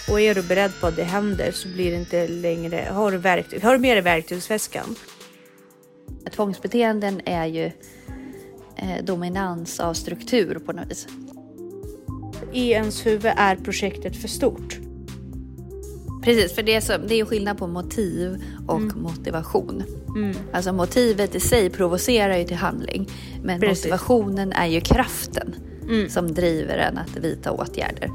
Och är du beredd på att det händer så blir det inte längre, har du mer i verktygsväskan. Tvångsbeteenden är ju dominans av struktur på något vis. I ens huvud är projektet för stort. Precis, för det är ju skillnad på motiv och motivation. Alltså motivet i sig provocerar ju till handling. Men motivationen är ju kraften som driver en att vidta åtgärder.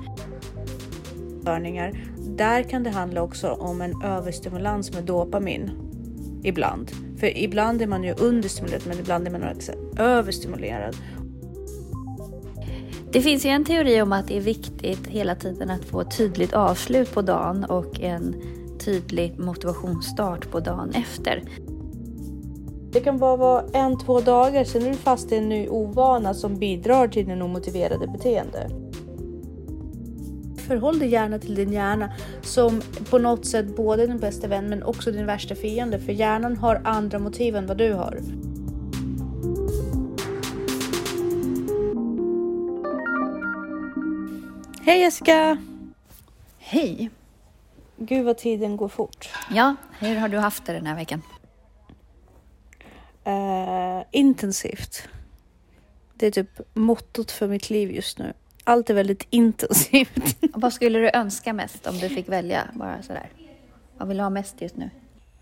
Där kan det handla också om en överstimulans med dopamin. Ibland. För ibland är man ju understimulerad, men ibland är man också överstimulerad. Det finns ju en teori om att det är viktigt hela tiden att få ett tydligt avslut på dagen och en tydlig motivationsstart på dagen efter. Det kan bara vara 1-2 dagar, sen är du fast i en ny ovana som bidrar till din omotiverade beteende. Förhåll dig gärna till din hjärna som på något sätt både din bästa vän men också din värsta fiende. För hjärnan har andra motiv än vad du har. Hej Jessica! Hej! Gud vad tiden går fort. Ja, hur har du haft det den här veckan? Intensivt. Det är typ mottot för mitt liv just nu. Allt är väldigt intensivt. Vad skulle du önska mest om du fick välja? Bara sådär. Vad vill du ha mest just nu?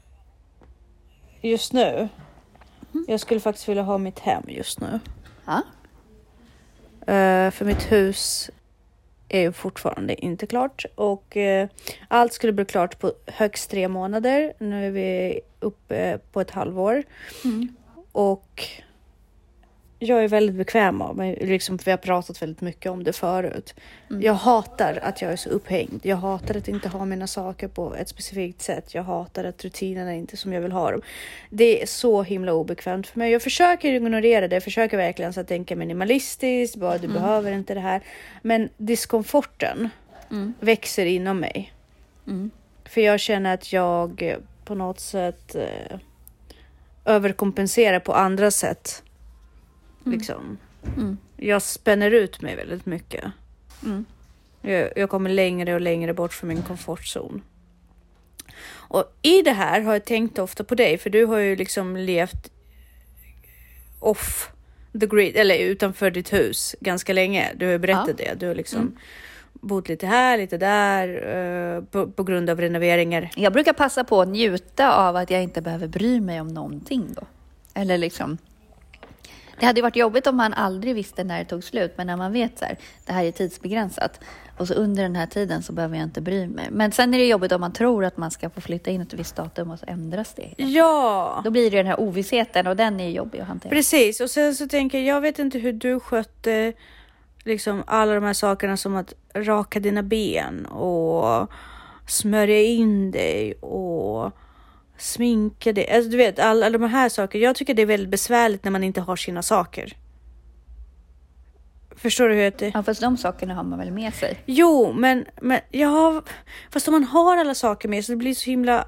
Just nu? Jag skulle faktiskt vilja ha mitt hem just nu. Ja. För mitt hus är ju fortfarande inte klart. Och allt skulle bli klart på högst 3 månader. Nu är vi uppe på ett halvår. Och jag är väldigt bekväm av mig. Liksom, vi har pratat väldigt mycket om det förut. Jag hatar att jag är så upphängd. Jag hatar att inte ha mina saker på ett specifikt sätt. Jag hatar att rutinerna inte är som jag vill ha dem. Det är så himla obekvämt för mig. Jag försöker ignorera det. Jag försöker verkligen så att tänka minimalistiskt. Bara du behöver inte det här. Men diskomforten växer inom mig. För jag känner att jag på något sätt överkompenserar på andra sätt. Liksom. Jag spänner ut mig väldigt mycket. Jag kommer längre och längre bort från min komfortzon. Och i det här har jag tänkt ofta på dig. För du har ju liksom levt off the grid. Eller utanför ditt hus ganska länge. Du har ju berättat det. Du har liksom bott lite här, lite där. På grund av renoveringar. Jag brukar passa på att njuta av att jag inte behöver bry mig om någonting då. Eller liksom... Det hade varit jobbigt om man aldrig visste när det tog slut. Men när man vet så här, det här är tidsbegränsat. Och så under den här tiden så behöver jag inte bry mig. Men sen är det jobbigt om man tror att man ska få flytta in ett visst datum och så ändras det. Ja! Då blir det den här ovissheten och den är jobbig att hantera. Precis, och sen så tänker jag vet inte hur du skötte liksom alla de här sakerna som att raka dina ben och smörja in dig och... sminka det. Alltså, du vet, alla de här sakerna. Jag tycker det är väldigt besvärligt när man inte har sina saker. Förstår du hur det är? Ja, fast de sakerna har man väl med sig. Jo, men ja, fast om man har alla saker med så det blir så himla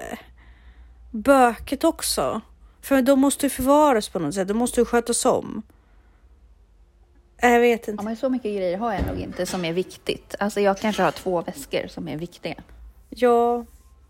böket också. För de måste ju förvaras på något sätt. De måste ju skötas om. Jag vet inte. Ja, men så mycket grejer har jag nog inte som är viktigt. Alltså jag kanske har 2 väskor som är viktiga. Ja.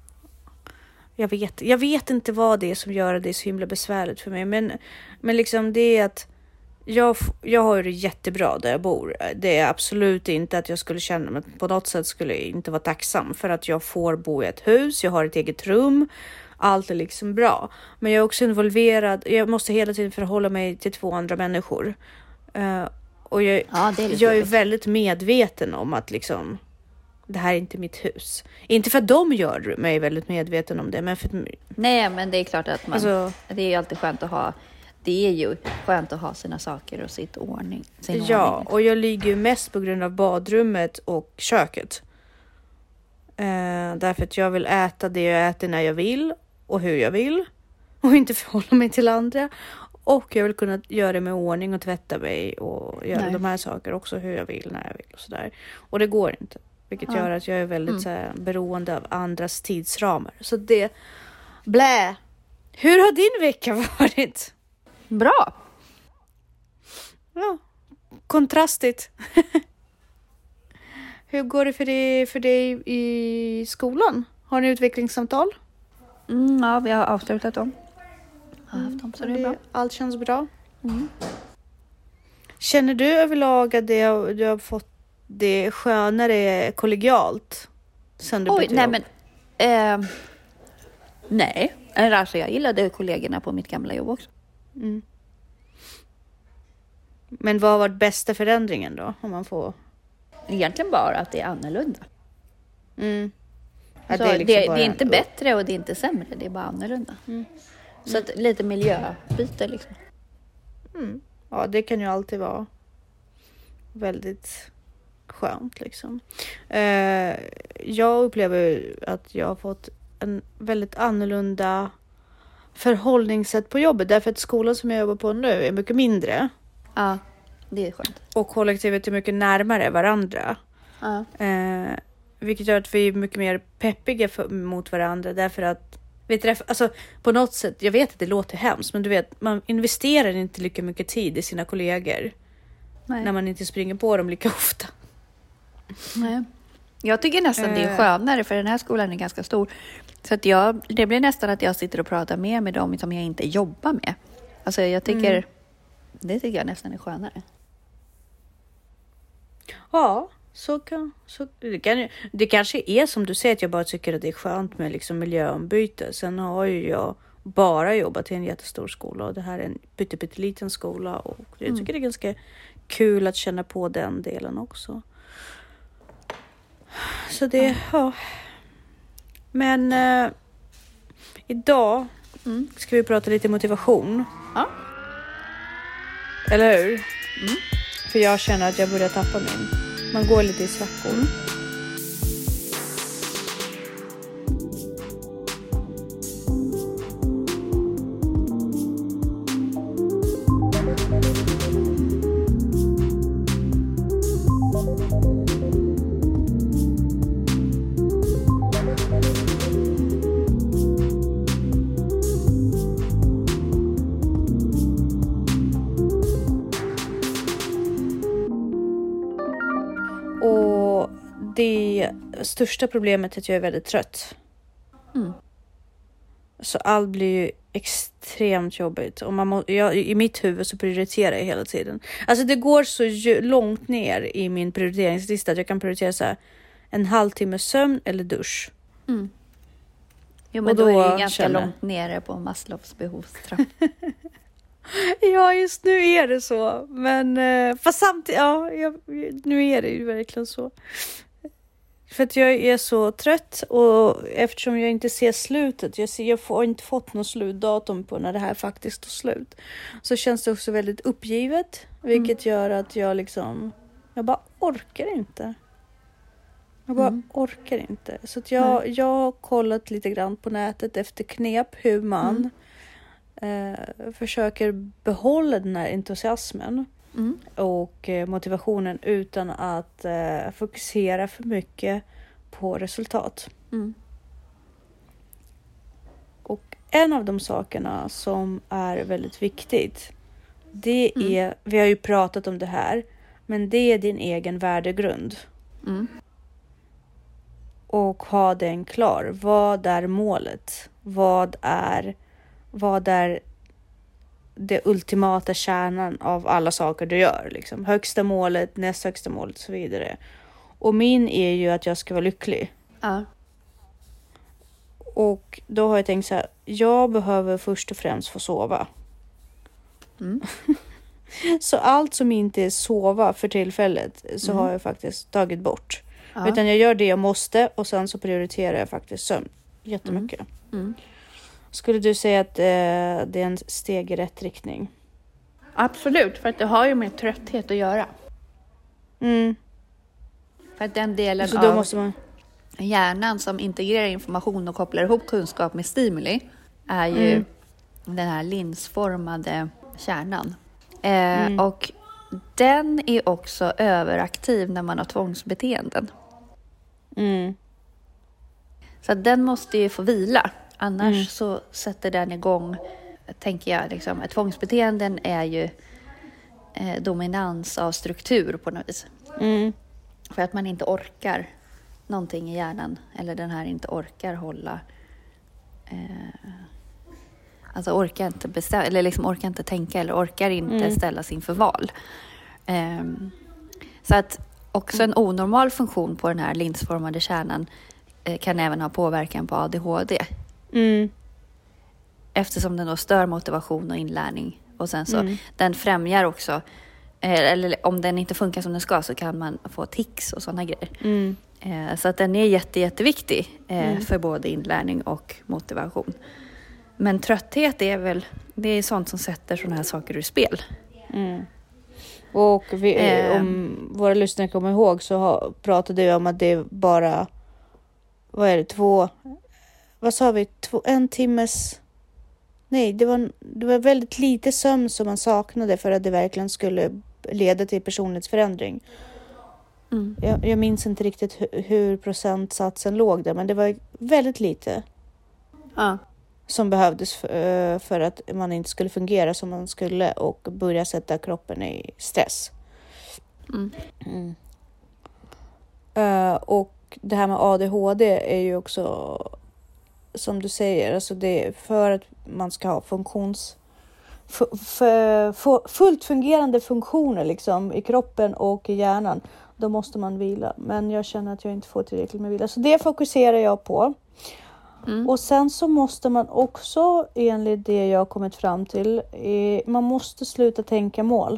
Jag vet inte vad det är som gör det så himla besvärligt för mig. Men liksom det är att jag har det jättebra där jag bor. Det är absolut inte att jag skulle känna mig på något sätt skulle inte vara tacksam för att jag får bo i ett hus. Jag har ett eget rum. Allt är liksom bra. Men jag är också involverad. Jag måste hela tiden förhålla mig till 2 andra människor. Och jag är väldigt medveten om att liksom... Det här är inte mitt hus. Inte för att de gör mig väldigt medveten om det. Men för... Nej, men det är klart att man... Alltså... Det är ju alltid skönt att ha... Det är ju skönt att ha sina saker och sin ordning. Och jag ligger ju mest på grund av badrummet och köket. Därför att jag vill äta det jag äter när jag vill. Och hur jag vill. Och inte förhålla mig till andra. Och jag vill kunna göra det med ordning och tvätta mig. Och göra de här saker också hur jag vill, när jag vill och sådär. Och det går inte. Vilket gör att jag är väldigt så här, beroende av andras tidsramar. Så det... Blä! Hur har din vecka varit? Bra! Ja, kontrastigt. Hur går det för dig i skolan? Har ni utvecklingssamtal? Ja, vi har avslutat dem. Har haft dem, så det är bra. Allt känns bra. Känner du överlag att du har fått det skönare kollegialt sen du bytte jobb? Nej. Alltså jag gillade kollegorna på mitt gamla jobb också. Men vad har varit bästa förändringen då? Om man får... Egentligen bara att det är annorlunda. Att det är inte bättre och det är inte sämre. Det är bara annorlunda. Så att lite miljöbyte liksom. Ja, det kan ju alltid vara väldigt skönt liksom. Jag upplever att jag har fått en väldigt annorlunda förhållningssätt på jobbet. Därför att skolan som jag jobbar på nu är mycket mindre. Ja, det är skönt. Och kollektivet är mycket närmare varandra. Ja. Vilket gör att vi är mycket mer peppiga mot varandra. Därför att alltså, på något sätt, jag vet att det låter hemskt, men du vet, man investerar inte lika mycket tid i sina kollegor. Nej. När man inte springer på dem lika ofta. Nej. Jag tycker nästan det är skönare, för den här skolan är ganska stor. Så att det blir nästan att jag sitter och pratar mer med dem som jag inte jobbar med. Alltså jag tycker, det tycker jag nästan är skönare. Ja, det kanske är som du säger, att jag bara tycker att det är skönt med liksom miljöombyte. Sen har ju jag bara jobbat i en jättestor skola och det här är en pytteliten skola, och jag tycker det är ganska kul att känna på den delen också. Så det, ja. Men idag ska vi prata lite motivation. Ja. Eller hur? För jag känner att jag börjar tappa min. Man går lite i svackor. Och det största problemet är att jag är väldigt trött. Så allt blir ju extremt jobbigt. Och i mitt huvud så prioriterar jag hela tiden. Alltså det går så långt ner i min prioriteringslista att jag kan prioritera så här, en halvtimme sömn eller dusch. Jo, men då är det ganska långt nere på Maslows behovstrapp. Ja, just nu är det så. Men fast samtidigt, nu är det ju verkligen så. För att jag är så trött, och eftersom jag inte ser slutet, jag har inte fått något slutdatum på när det här faktiskt tar slut, så känns det också väldigt uppgivet, vilket gör att jag bara orkar inte. Så att jag har kollat lite grann på nätet efter knep hur man försöker behålla den här entusiasmen och motivationen utan att fokusera för mycket på resultat. Och en av de sakerna som är väldigt viktigt, det är, vi har ju pratat om det här, men det är din egen värdegrund. Och ha den klar. Vad är målet? Vad är det ultimata kärnan av alla saker du gör? Liksom. Högsta målet, näst högsta målet och så vidare. Och min är ju att jag ska vara lycklig. Ja. Och då har jag tänkt så här, jag behöver först och främst få sova. Så allt som inte är sova för tillfället så har jag faktiskt tagit bort. Ja. Utan jag gör det jag måste, och sen så prioriterar jag faktiskt sömn jättemycket. Skulle du säga att det är en steg i rätt riktning? Absolut, för att det har ju med trötthet att göra. För att den delen så då av måste man... hjärnan som integrerar information och kopplar ihop kunskap med stimuli är ju den här linsformade kärnan. Och den är också överaktiv när man har tvångsbeteenden. Så att den måste ju få vila. Annars så sätter den igång, tänker jag. Liksom, ett tvångsbeteenden är ju dominans av struktur på något vis. För att man inte orkar någonting i hjärnan. Eller den här inte orkar hålla... Alltså orkar inte bestämma, eller liksom orkar inte tänka eller orkar inte ställas inför val. Så att också en onormal funktion på den här linsformade kärnan kan även ha påverkan på ADHD. Eftersom den då stör motivation och inlärning. Och sen så, den främjar också, eller om den inte funkar som den ska så kan man få tics och sådana grejer. Så att den är jätteviktig för både inlärning och motivation. Men trötthet det är sånt som sätter sådana här saker ur spel. Och om våra lyssnare kommer ihåg så pratade vi om att det är bara, en timmes, nej det var väldigt lite sömn som man saknade för att det verkligen skulle leda till personlighetsförändring. Jag minns inte riktigt hur procentsatsen låg där, men det var väldigt lite som behövdes för att man inte skulle fungera som man skulle och börja sätta kroppen i stress. Och det här med ADHD är ju också, som du säger, alltså det är för att man ska ha fullt fungerande funktioner liksom, i kroppen och i hjärnan. Då måste man vila. Men jag känner att jag inte får tillräckligt med vila. Så det fokuserar jag på. Och sen så måste man också, enligt det jag har kommit fram till, man måste sluta tänka mål.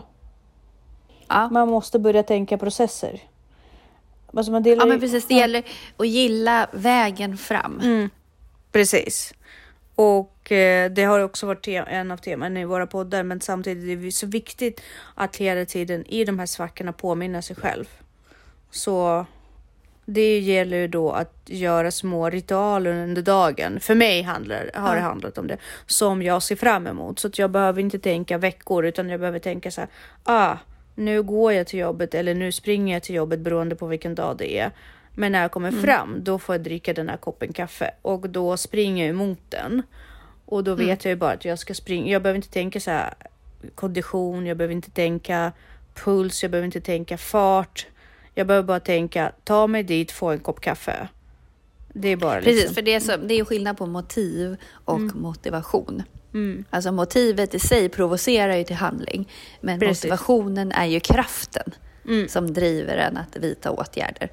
Man måste börja tänka processer. Alltså man delar men precis. Det gäller att gilla vägen fram. Precis. Och det har också varit en av teman i våra poddar. Men samtidigt är det så viktigt att hela tiden i de här svackorna påminna sig själv. Så det gäller ju då att göra små ritualer under dagen. För mig har det handlat om det. Som jag ser fram emot. Så att jag behöver inte tänka veckor. Utan jag behöver tänka så här. Nu går jag till jobbet. Eller nu springer jag till jobbet. Beroende på vilken dag det är. Men när jag kommer fram. Då får jag dricka den här koppen kaffe. Och då springer jag emot den. Och då vet jag ju bara att jag ska springa. Jag behöver inte tänka så här kondition. Jag behöver inte tänka puls. Jag behöver inte tänka fart. Jag behöver bara tänka, ta mig dit, få en kopp kaffe. Det är bara precis, för det är ju skillnad på motiv och motivation. Alltså motivet i sig provocerar ju till handling. Men motivationen är ju kraften som driver en att vidta åtgärder.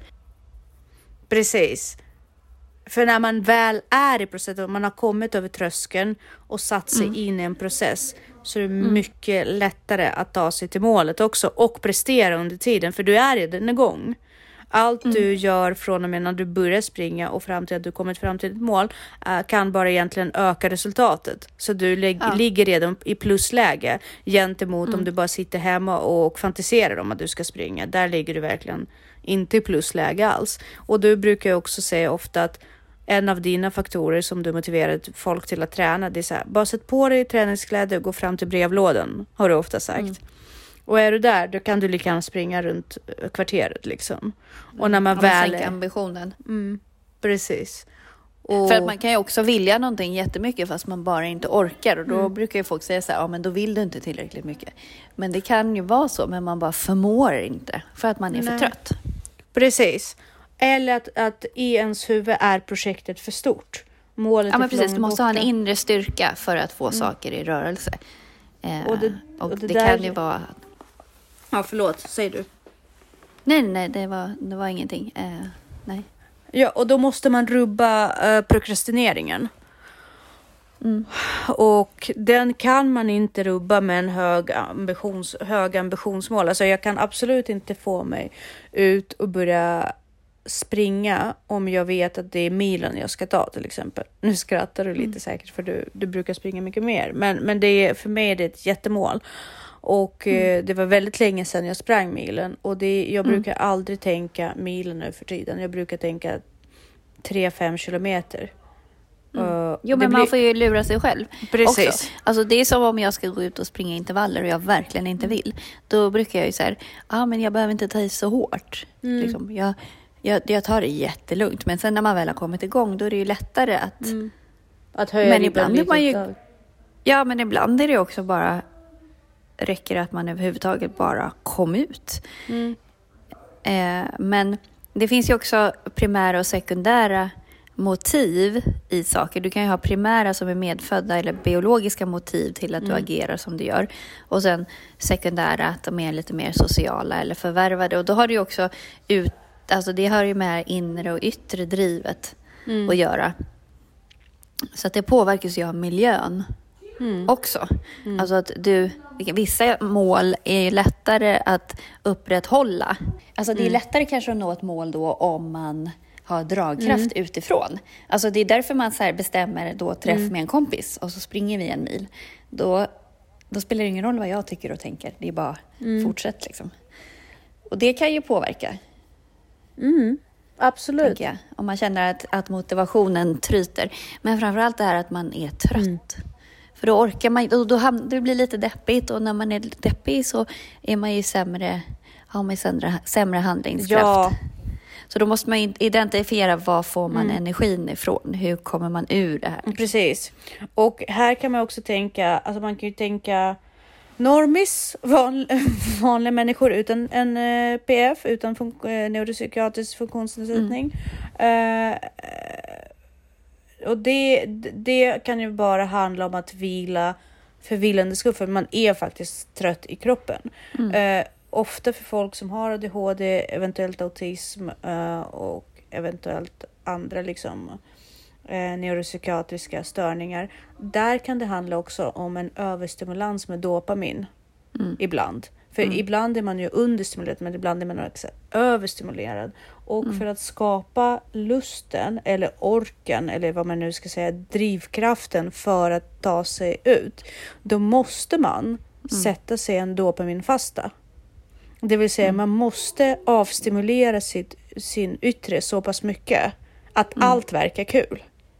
Precis. För när man väl är i processen, man har kommit över tröskeln och satt sig in i en process, så är det mycket lättare att ta sig till målet också och prestera under tiden, för du är redan igång. Allt du gör från och med när du börjar springa och fram till att du kommit fram till ett mål kan bara egentligen öka resultatet. Så du ligger redan i plusläge gentemot om du bara sitter hemma och fantiserar om att du ska springa. Där ligger du verkligen inte i plusläge alls. Och du brukar jag också säga ofta att en av dina faktorer som du motiverar folk till att träna, det är så här, bara sätt på dig träningskläder och gå fram till brevlådan, har du ofta sagt. Och är du där, då kan du lika gärna springa runt kvarteret liksom. Och när man väl sänka ambitionen. Precis. Och för att man kan ju också vilja någonting jättemycket fast man bara inte orkar. Och då brukar ju folk säga så här, men då vill du inte tillräckligt mycket. Men det kan ju vara så, men man bara förmår inte för att man är för trött. Precis. Eller att i ens huvud är projektet för stort. Målet men precis, du måste ha en inre styrka för att få saker i rörelse. Och det kan ju vara... Ja, förlåt, säger du? Nej, det var ingenting. Nej. Ja, och då måste man rubba prokrastineringen. Och den kan man inte rubba med en hög ambitionsmål. Alltså jag kan absolut inte få mig ut och börja springa om jag vet att det är milen jag ska ta till exempel. Nu skrattar du lite säkert för du brukar springa mycket mer. Men det är, för mig är det ett jättemål. Och det var väldigt länge sedan jag sprang milen. Och jag brukar aldrig tänka milen nu för tiden. Jag brukar tänka 3-5 kilometer. Jo, men man får ju lura sig själv. Precis. Också. Alltså det är som om jag ska gå ut och springa intervaller och jag verkligen inte vill. Då brukar jag ju säga, men jag behöver inte ta i så hårt. Liksom, jag tar det jättelugnt. Men sen när man väl har kommit igång, då är det ju lättare att höja. Men ibland är man ju... Ja, men ibland är det också bara... räcker det att man överhuvudtaget bara kom ut. Men det finns ju också primära och sekundära motiv i saker. Du kan ju ha primära som är medfödda eller biologiska motiv till att du agerar som du gör. Och sen sekundära att de är lite mer sociala eller förvärvade. Och då har du ju också alltså det har ju med inre och yttre drivet att göra. Så att det påverkas ju av miljön också. Alltså att vissa mål är ju lättare att upprätthålla. Alltså det är lättare kanske att nå ett mål då om man har dragkraft utifrån. Alltså det är därför man så här bestämmer då träff med en kompis och så springer vi en mil. Då spelar det ingen roll vad jag tycker och tänker. Det är bara fortsätt liksom. Och det kan ju påverka. Absolut. Jag, om man känner att motivationen tryter. Men framförallt det här att man är trött. För då orkar man, det blir lite deppigt. Och när man är deppig så är man ju har man sämre handlingskraft. Ja. Så då måste man identifiera var får man energin ifrån. Hur kommer man ur det här? Precis. Och här kan man också tänka, alltså man kan ju tänka normis, vanliga människor utan en PF, utan neuropsykiatrisk funktionsnedsättning. Och det kan ju bara handla om att vila för vilande skull, för man är faktiskt trött i kroppen. Ofta för folk som har ADHD, eventuellt autism och eventuellt andra liksom neuropsykiatriska störningar. Där kan det handla också om en överstimulans med dopamin ibland. För ibland är man ju understimulerad, men ibland är man också överstimulerad. Och för att skapa lusten eller orken, eller vad man nu ska säga, drivkraften för att ta sig ut, då måste man sätta sig en dopaminfasta. Det vill säga man måste avstimulera sin yttre så pass mycket att allt verkar kul.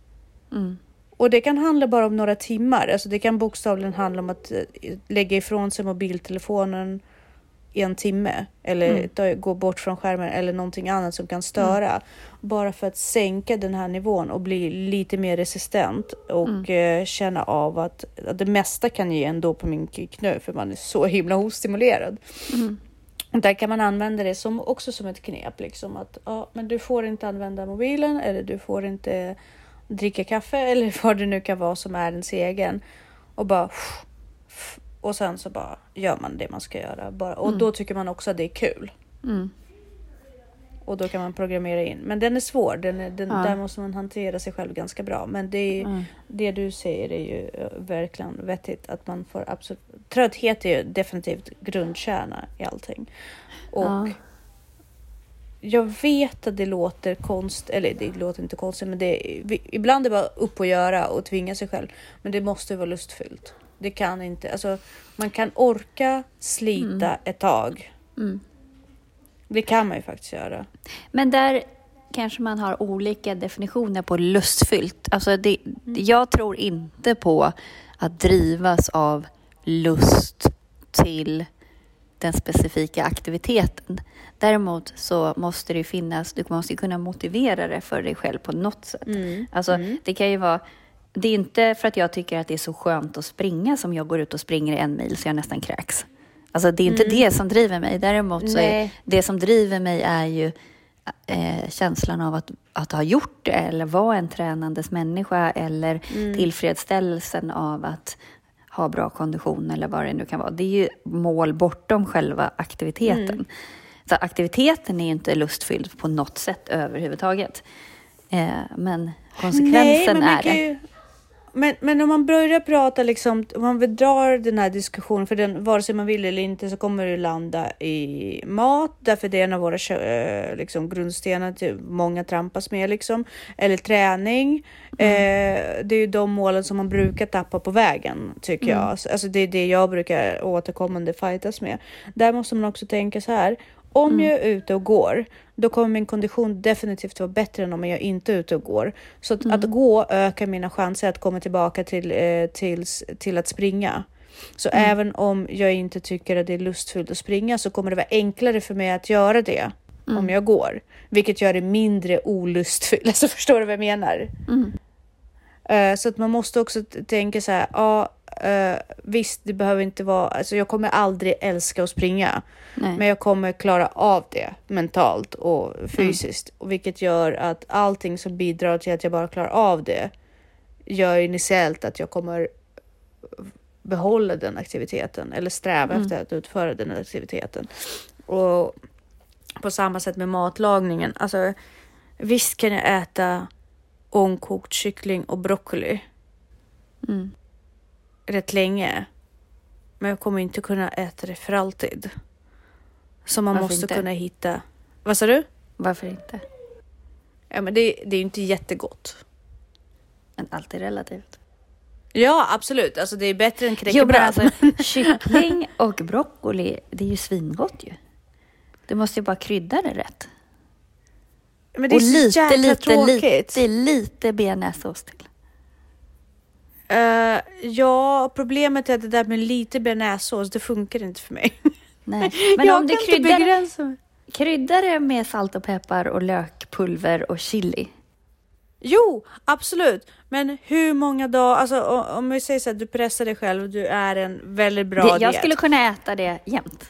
Och det kan handla bara om några timmar. Alltså det kan bokstavligen handla om att lägga ifrån sig mobiltelefonen i en timme. Eller gå bort från skärmen eller någonting annat som kan störa. Bara för att sänka den här nivån och bli lite mer resistent. Och känna av att det mesta kan ge en dopaminkick nu. För man är så himla ostimulerad. Där kan man använda det också som ett knep. Liksom att men du får inte använda mobilen. Eller du får inte dricka kaffe. Eller vad det nu kan vara som är ens egen. Och bara... Och sen så bara gör man det man ska göra. Och då tycker man också att det är kul. Och då kan man programmera in. Men den är svår. Där måste man hantera sig själv ganska bra. Men det du säger är ju verkligen vettigt. Att man får absolut... Trötthet är ju definitivt grundkärna i allting. Och jag vet att det låter eller det låter inte konstigt. Men ibland är det bara upp och göra och tvinga sig själv. Men det måste vara lustfyllt. Det kan inte, alltså man kan orka slita ett tag. Det kan man ju faktiskt göra. Men där kanske man har olika definitioner på lustfyllt. Alltså jag tror inte på att drivas av lust till den specifika aktiviteten. Däremot så måste det finnas, du måste kunna motivera det för dig själv på något sätt. Alltså det kan ju vara, det är inte för att jag tycker att det är så skönt att springa som jag går ut och springer 1 mil så jag nästan kräks. Alltså det är inte det som driver mig. Däremot så är det som driver mig är ju känslan av att ha gjort det eller vara en tränandes människa eller tillfredsställelsen av att ha bra kondition eller vad det nu kan vara. Det är ju mål bortom själva aktiviteten. Så aktiviteten är ju inte lustfylld på något sätt överhuvudtaget. Men konsekvensen är det. Men om man börjar prata liksom, om man drar den här diskussionen, för vare sig man vill eller inte så kommer det landa i mat, därför det är en av våra liksom, grundstenar till många trampas med liksom, eller träning. Det är ju de målen som man brukar tappa på vägen, tycker jag. Alltså det är det jag brukar återkommande fightas med. Där måste man också tänka så här: om jag är ute och går, då kommer min kondition definitivt vara bättre än om jag inte är ute och går. Så att gå ökar mina chanser att komma tillbaka till att springa. Så även om jag inte tycker att det är lustfullt att springa, så kommer det vara enklare för mig att göra det om jag går. Vilket gör det mindre olustfullt. Alltså, förstår du vad jag menar? Så att man måste också tänka så här, visst, det behöver inte vara... Alltså jag kommer aldrig älska att springa. Nej. Men jag kommer klara av det mentalt och fysiskt. Och vilket gör att allting som bidrar till att jag bara klarar av det gör initiellt att jag kommer behålla den aktiviteten. Eller sträva efter att utföra den aktiviteten. Och på samma sätt med matlagningen. Alltså, visst kan jag äta ångkokt kyckling och broccoli rätt länge. Men jag kommer inte kunna äta det för alltid. Så man Varför måste inte? kunna hitta... Vad sa du? Varför inte? Ja, men det är ju inte jättegott. Men allt är relativt. Ja, absolut. Alltså det är bättre än Jo, men knäckebröd. alltså, kyckling och broccoli, det är ju svingott ju. Du måste ju bara krydda det rätt. Men det är Och så jäkla tråkigt. lite bearnaisesås till. Ja, problemet är att det där med lite bearnaisesås, det funkar inte för mig. Nej. Men jag om du kan inte begränsa mig. kryddar det med salt och peppar och lökpulver och chili. Jo, absolut. Men hur många dagar, alltså om vi säger så att du pressar dig själv och du är en väldigt bra Jag diet. skulle kunna äta det jämt.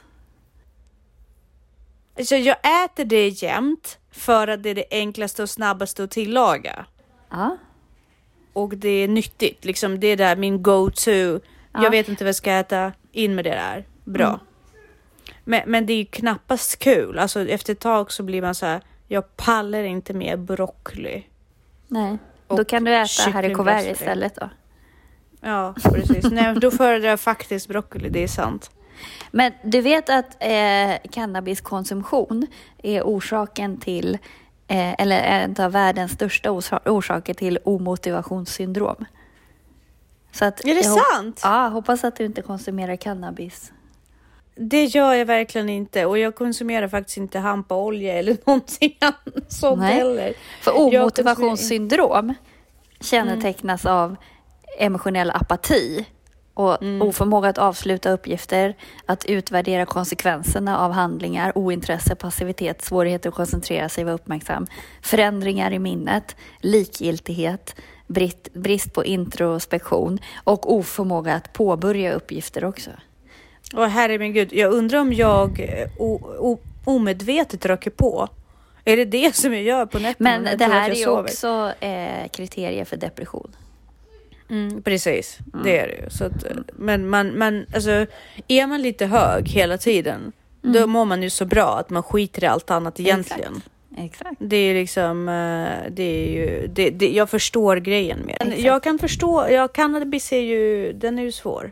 Så jag äter det jämt för att det är det enklaste och snabbaste att tillaga. Ja. Och det är nyttigt, liksom det är där min go-to. Ja. Jag vet inte vad jag ska äta, in med det där. Bra. Men det är ju knappast kul. Alltså efter ett tag så blir man så här, jag pallar inte mer broccoli. Nej. Och Då kan du äta kycklingbröst haricots för det. istället då. Ja, precis. Nej, då föredrar jag faktiskt broccoli, det är sant. Men du vet att cannabiskonsumtion är orsaken till, eller en av världens största orsaker till omotivationssyndrom. Så att Är det jag sant? Ja, hoppas att du inte konsumerar cannabis. Det gör jag verkligen inte. Och jag konsumerar faktiskt inte hampaolja eller någonting annat sånt heller. För omotivationssyndrom kännetecknas av emotionell apati och oförmåga att avsluta uppgifter, att utvärdera konsekvenserna av handlingar, ointresse, passivitet, svårigheter att koncentrera sig och vara uppmärksam, förändringar i minnet, likgiltighet, brist på introspektion och oförmåga att påbörja uppgifter också. Åh herre min gud, jag undrar om jag omedvetet röker på. Är det som jag gör på nätterna? Men det här är ju också kriterier för depression. Precis, det är det ju. Så att, men man, alltså, är man lite hög hela tiden, då mår man ju så bra att man skiter i allt annat egentligen. Exakt. Det är liksom, det är ju, jag förstår grejen med det. Jag kan förstå, cannabis är ju, den är ju svår.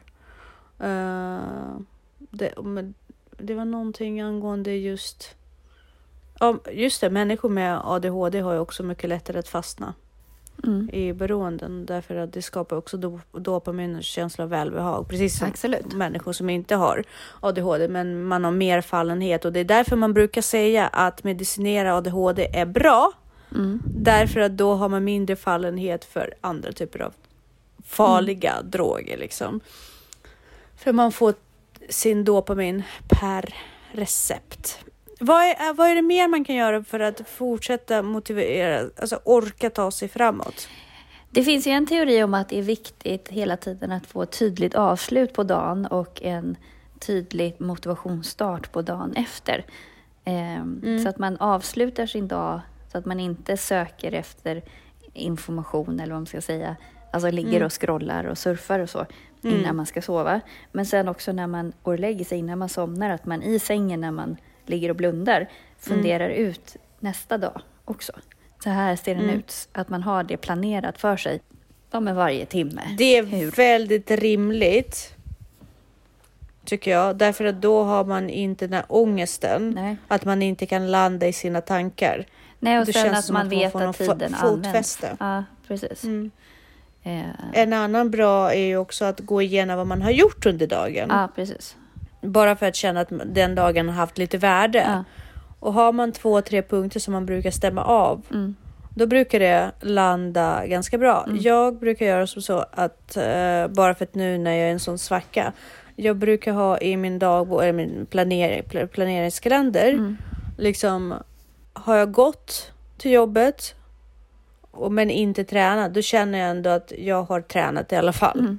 Det var någonting angående just det, människor med ADHD har ju också mycket lättare att fastna i beroenden, därför att det skapar också dopamin och känsla av välbehag, precis som människor som inte har ADHD, men man har mer fallenhet, och det är därför man brukar säga att medicinera ADHD är bra, därför att då har man mindre fallenhet för andra typer av farliga droger liksom. För man får sin dopamin per recept. Vad är det mer man kan göra för att fortsätta motivera, alltså orka ta sig framåt? Det finns ju en teori om att det är viktigt hela tiden att få ett tydligt avslut på dagen och en tydlig motivationsstart på dagen efter. Så att man avslutar sin dag så att man inte söker efter information eller vad man ska säga. Alltså ligger och scrollar och surfar och så innan man ska sova. Men sen också när man går och lägger sig, innan man somnar, att man i sängen när man ligger och blundar funderar ut nästa dag också. Så här ser den ut. Att man har det planerat för sig med varje timme. Det är väldigt rimligt, tycker jag. Därför att då har man inte den här ångesten. Nej. Att man inte kan landa i sina tankar. Nej, och det sen känns att som man vet att tiden används. Ja, precis. En annan bra är ju också att gå igenom vad man har gjort under dagen. Ja, precis. Bara för att känna att den dagen har haft lite värde. Ja. Och har man 2-3 punkter som man brukar stämma av, då brukar det landa ganska bra. Jag brukar göra så att, bara för att nu när jag är en sån svacka, jag brukar ha i min dagbok, eller min planeringskalender, liksom, har jag gått till jobbet men inte tränat, då känner jag ändå att jag har tränat i alla fall.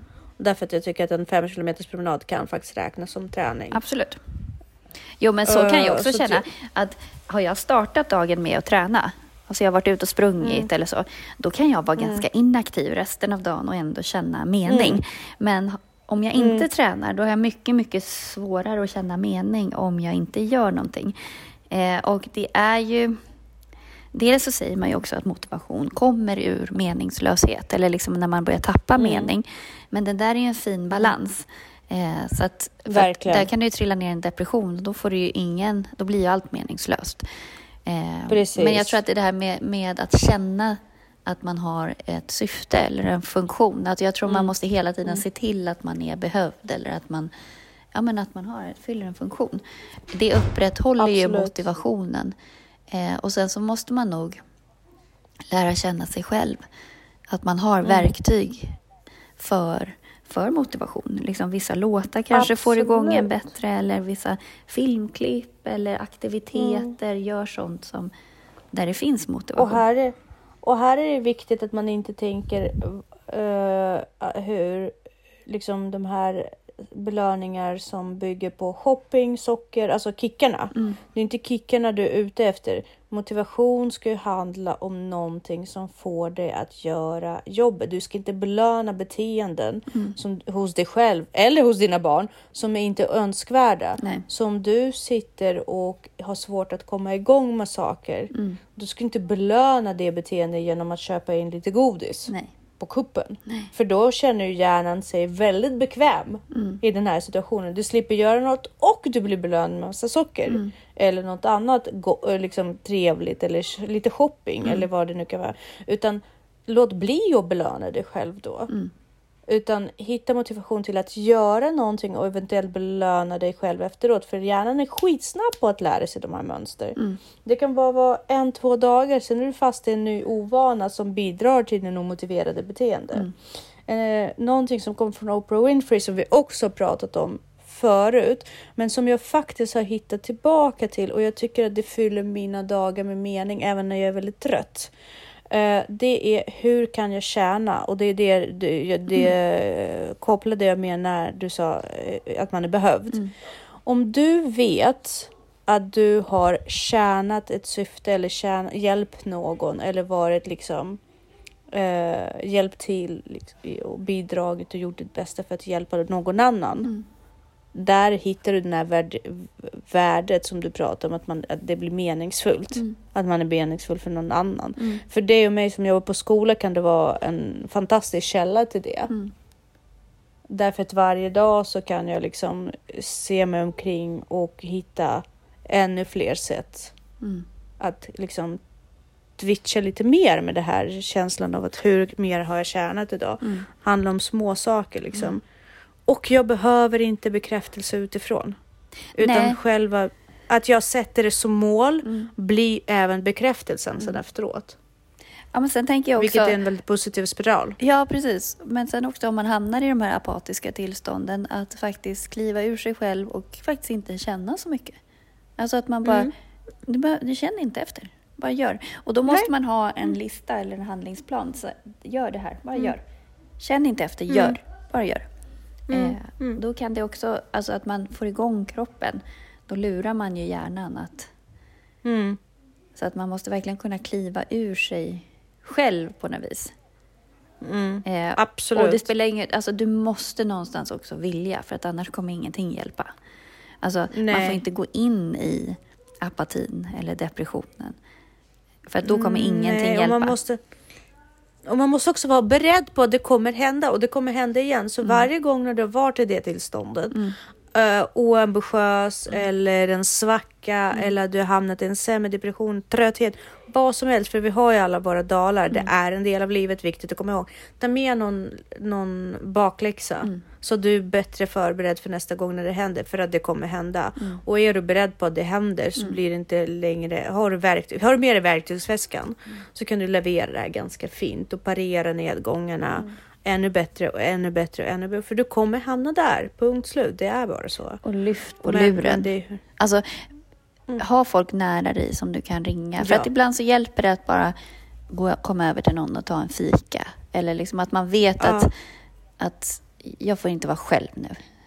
Därför att jag tycker att en 5 kilometers promenad kan faktiskt räknas som träning. Absolut. Jo, men så kan jag också så känna att har jag startat dagen med att träna, alltså jag har varit ute och sprungit eller så, då kan jag vara ganska inaktiv resten av dagen och ändå känna mening. Men om jag inte tränar, då har jag mycket, mycket svårare att känna mening om jag inte gör någonting. Och det är ju... Dels så säger man ju också att motivation kommer ur meningslöshet. Eller liksom när man börjar tappa mening. Men det där är ju en fin balans. Så att där kan du ju trilla ner i en depression. Och då får du ju då blir ju allt meningslöst. Men jag tror att det här med att känna att man har ett syfte eller en funktion. Att jag tror man måste hela tiden se till att man är behövd. Eller att man fyller en funktion. Det upprätthåller ju motivationen. Och sen så måste man nog lära känna sig själv. Att man har verktyg för motivation. Liksom vissa låtar kanske får igång en bättre. Eller vissa filmklipp eller aktiviteter. Gör sånt som där det finns motivation. Och här är det viktigt att man inte tänker hur liksom de här belöningar som bygger på shopping, socker, alltså kickarna. Det är inte kickarna du är ute efter. Motivation ska ju handla om någonting som får dig att göra jobbet. Du ska inte belöna beteenden som, hos dig själv eller hos dina barn som är inte önskvärda. Nej. Som du sitter och har svårt att komma igång med saker. Du ska inte belöna det beteendet genom att köpa in lite godis. Nej. På kuppen. För då känner ju hjärnan sig väldigt bekväm i den här situationen. Du slipper göra något och du blir belönad med massa socker. Eller något annat liksom trevligt eller lite shopping eller vad det nu kan vara. Utan låt bli att belöna dig själv då. Utan hitta motivation till att göra någonting och eventuellt belöna dig själv efteråt. För hjärnan är skitsnabb på att lära sig de här mönster. Det kan bara vara 1-2 dagar. Sen är du fast i en ny ovana som bidrar till den omotiverade beteende. Någonting som kommer från Oprah Winfrey som vi också pratat om förut. Men som jag faktiskt har hittat tillbaka till. Och jag tycker att det fyller mina dagar med mening även när jag är väldigt trött. Det är hur kan jag tjäna, och det är det kopplade jag med när du sa att man är behövd. Om du vet att du har tjänat ett syfte eller hjälpt någon eller varit liksom hjälpt till liksom, och bidragit och gjort ditt bästa för att hjälpa någon annan. Där hittar du den här värdet som du pratar om, att det blir meningsfullt. Att man är meningsfull för någon annan. För dig och mig som jobbar på skola kan det vara en fantastisk källa till det. Därför att varje dag så kan jag liksom se mig omkring och hitta ännu fler sätt att liksom twitcha lite mer med det här känslan av att hur mer har jag tjänat idag. Handlar om små saker liksom. Och jag behöver inte bekräftelse utifrån. Utan själva, att jag sätter det som mål blir även bekräftelsen sen efteråt. Ja, men sen tänker jag också... Vilket är en väldigt positiv spiral. Ja, precis. Men sen också om man hamnar i de här apatiska tillstånden, att faktiskt kliva ur sig själv och faktiskt inte känna så mycket. Alltså att man bara... Du känner inte efter. Bara gör. Och då måste man ha en lista eller en handlingsplan. Så gör det här. Bara gör. Känn inte efter. Gör. Bara gör. Då kan det också, alltså att man får igång kroppen, då lurar man ju hjärnan att så att man måste verkligen kunna kliva ur sig själv på något vis. Absolut. Och det spelar ingen, alltså du måste någonstans också vilja, för att annars kommer ingenting hjälpa. Alltså man får inte gå in i apatin eller depressionen, för att då kommer ingenting hjälpa. Och man måste också vara beredd på att det kommer hända. Och det kommer hända igen. Så varje gång när du har varit i det tillståndet. Oambitiös eller en svacka. Eller du har hamnat i en sämre depression. Trötthet. Vad som helst. För vi har ju alla våra dalar. Det är en del av livet. Viktigt att komma ihåg. Ta med någon bakläxa. Så du är bättre förberedd för nästa gång när det händer. För att det kommer hända. Och är du beredd på att det händer. Så blir det inte längre. Har du med dig verktygsväskan. Så kan du leverera det här ganska fint. Och parera nedgångarna. Ännu bättre och ännu bättre och ännu bättre. För du kommer hamna där. Punkt slut. Det är bara så. Och lyft på luren. Alltså, ha folk nära dig som du kan ringa. För att ibland så hjälper det att bara komma över till någon och ta en fika. Eller liksom att man vet att jag får inte vara själv nu.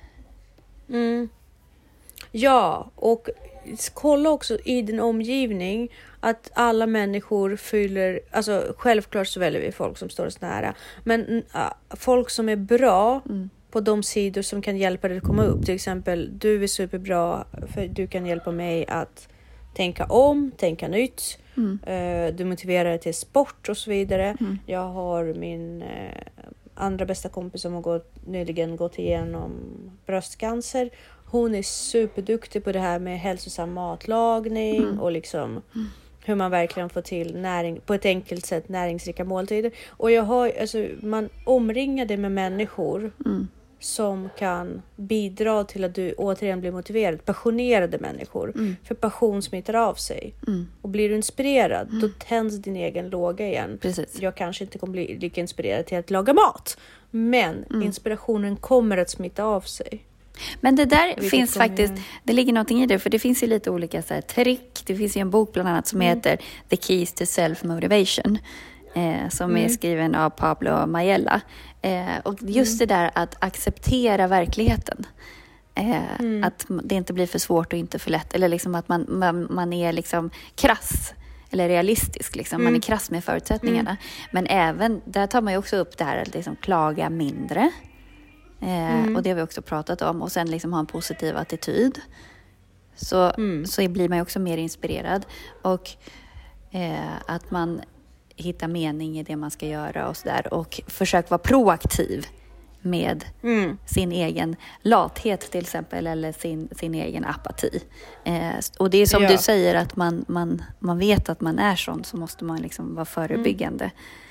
Ja, och kolla också i din omgivning att alla människor fyller, alltså självklart så väljer vi folk som står oss nära, men folk som är bra på de sidor som kan hjälpa dig att komma upp. Till exempel, du är superbra för du kan hjälpa mig att tänka om, tänka nytt. Du motiverar dig till sport och så vidare. Jag har min andra bästa kompis som har nyligen gått igenom bröstcancer. Hon är superduktig på det här med hälsosam matlagning och liksom hur man verkligen får till näring på ett enkelt sätt, näringsrika måltider. Och man omringar dig med människor som kan bidra till att du återigen blir motiverad. Passionerade människor. För passion smittar av sig. Och blir du inspirerad, då tänds din egen låga igen. Precis. Jag kanske inte kommer bli lika inspirerad till att laga mat. Men inspirationen kommer att smitta av sig. Men det där finns faktiskt, det ligger någonting i det, för det finns ju lite olika så här, trick. Det finns ju en bok bland annat som heter The Keys to Self-Motivation. Som är skriven av Pablo Mayella. Och just det där att acceptera verkligheten. Att det inte blir för svårt och inte för lätt. Eller liksom att man är liksom krass. Eller realistisk. Liksom. Man är krass med förutsättningarna. Men även, där tar man ju också upp det här att liksom klaga mindre. Och det har vi också pratat om. Och sen liksom ha en positiv attityd. Så blir man ju också mer inspirerad. Och att man hitta mening i det man ska göra och sådär. Och försök vara proaktiv med sin egen lathet till exempel. Eller sin egen apati. Och det är som du säger, att man vet att man är sån, så måste man liksom vara förebyggande.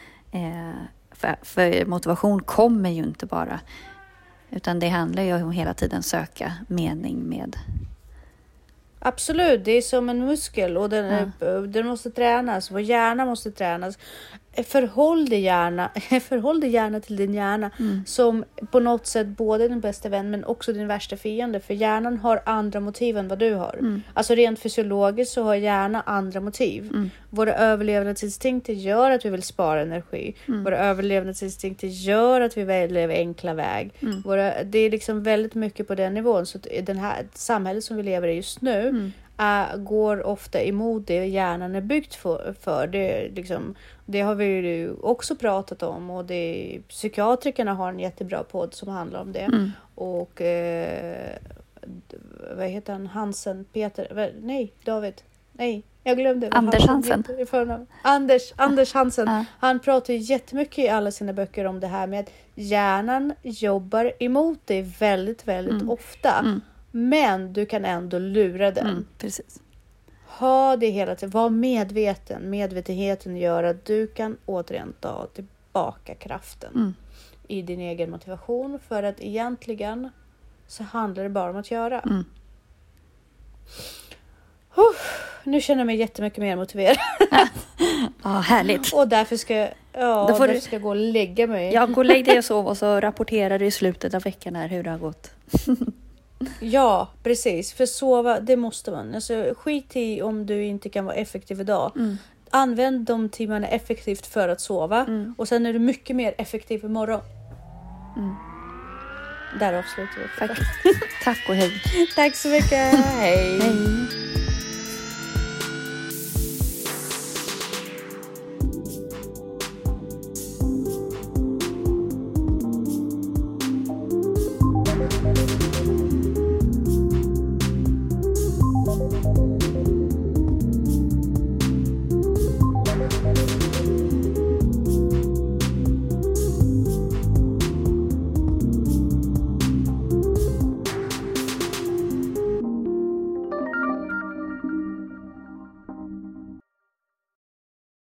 För motivation kommer ju inte bara. Utan det handlar ju om hela tiden söka mening med. Absolut, det är som en muskel och den måste tränas. Vår hjärna måste tränas. Förhåll dig gärna till din hjärna som på något sätt både din bästa vän men också din värsta fiende. För hjärnan har andra motiv än vad du har. Alltså rent fysiologiskt så har hjärnan andra motiv. Våra överlevnadsinstinkter gör att vi vill spara energi. Våra överlevnadsinstinkter gör att vi väljer enkla väg. Det är liksom väldigt mycket på den nivån. Så den här samhället som vi lever i just nu går ofta emot det hjärnan är byggt för. Det har vi ju också pratat om, och psykiatrikerna har en jättebra podd som handlar om det. Och vad heter han? Hansen? David? Nej, jag glömde. Anders Hansen. Anders Hansen. Han pratar ju jättemycket i alla sina böcker om det här med att hjärnan jobbar emot dig väldigt, väldigt ofta. Men du kan ändå lura den. Precis. Ha det hela tiden. Var medveten. Medvetenheten gör att du kan återigen ta tillbaka kraften i din egen motivation. För att egentligen så handlar det bara om att göra. Nu känner jag mig jättemycket mer motiverad. Ja, härligt. Och därför ska jag gå och lägga mig. Ja, gå och lägg dig och sov, och så rapporterar du i slutet av veckan här hur det har gått. Ja, precis. För sova, det måste man. Alltså, skit i om du inte kan vara effektiv idag. Använd de timmarna effektivt för att sova. Och sen är du mycket mer effektiv imorgon. Där avslutar vi. Tack och hej. Tack så mycket. Hej. Hej.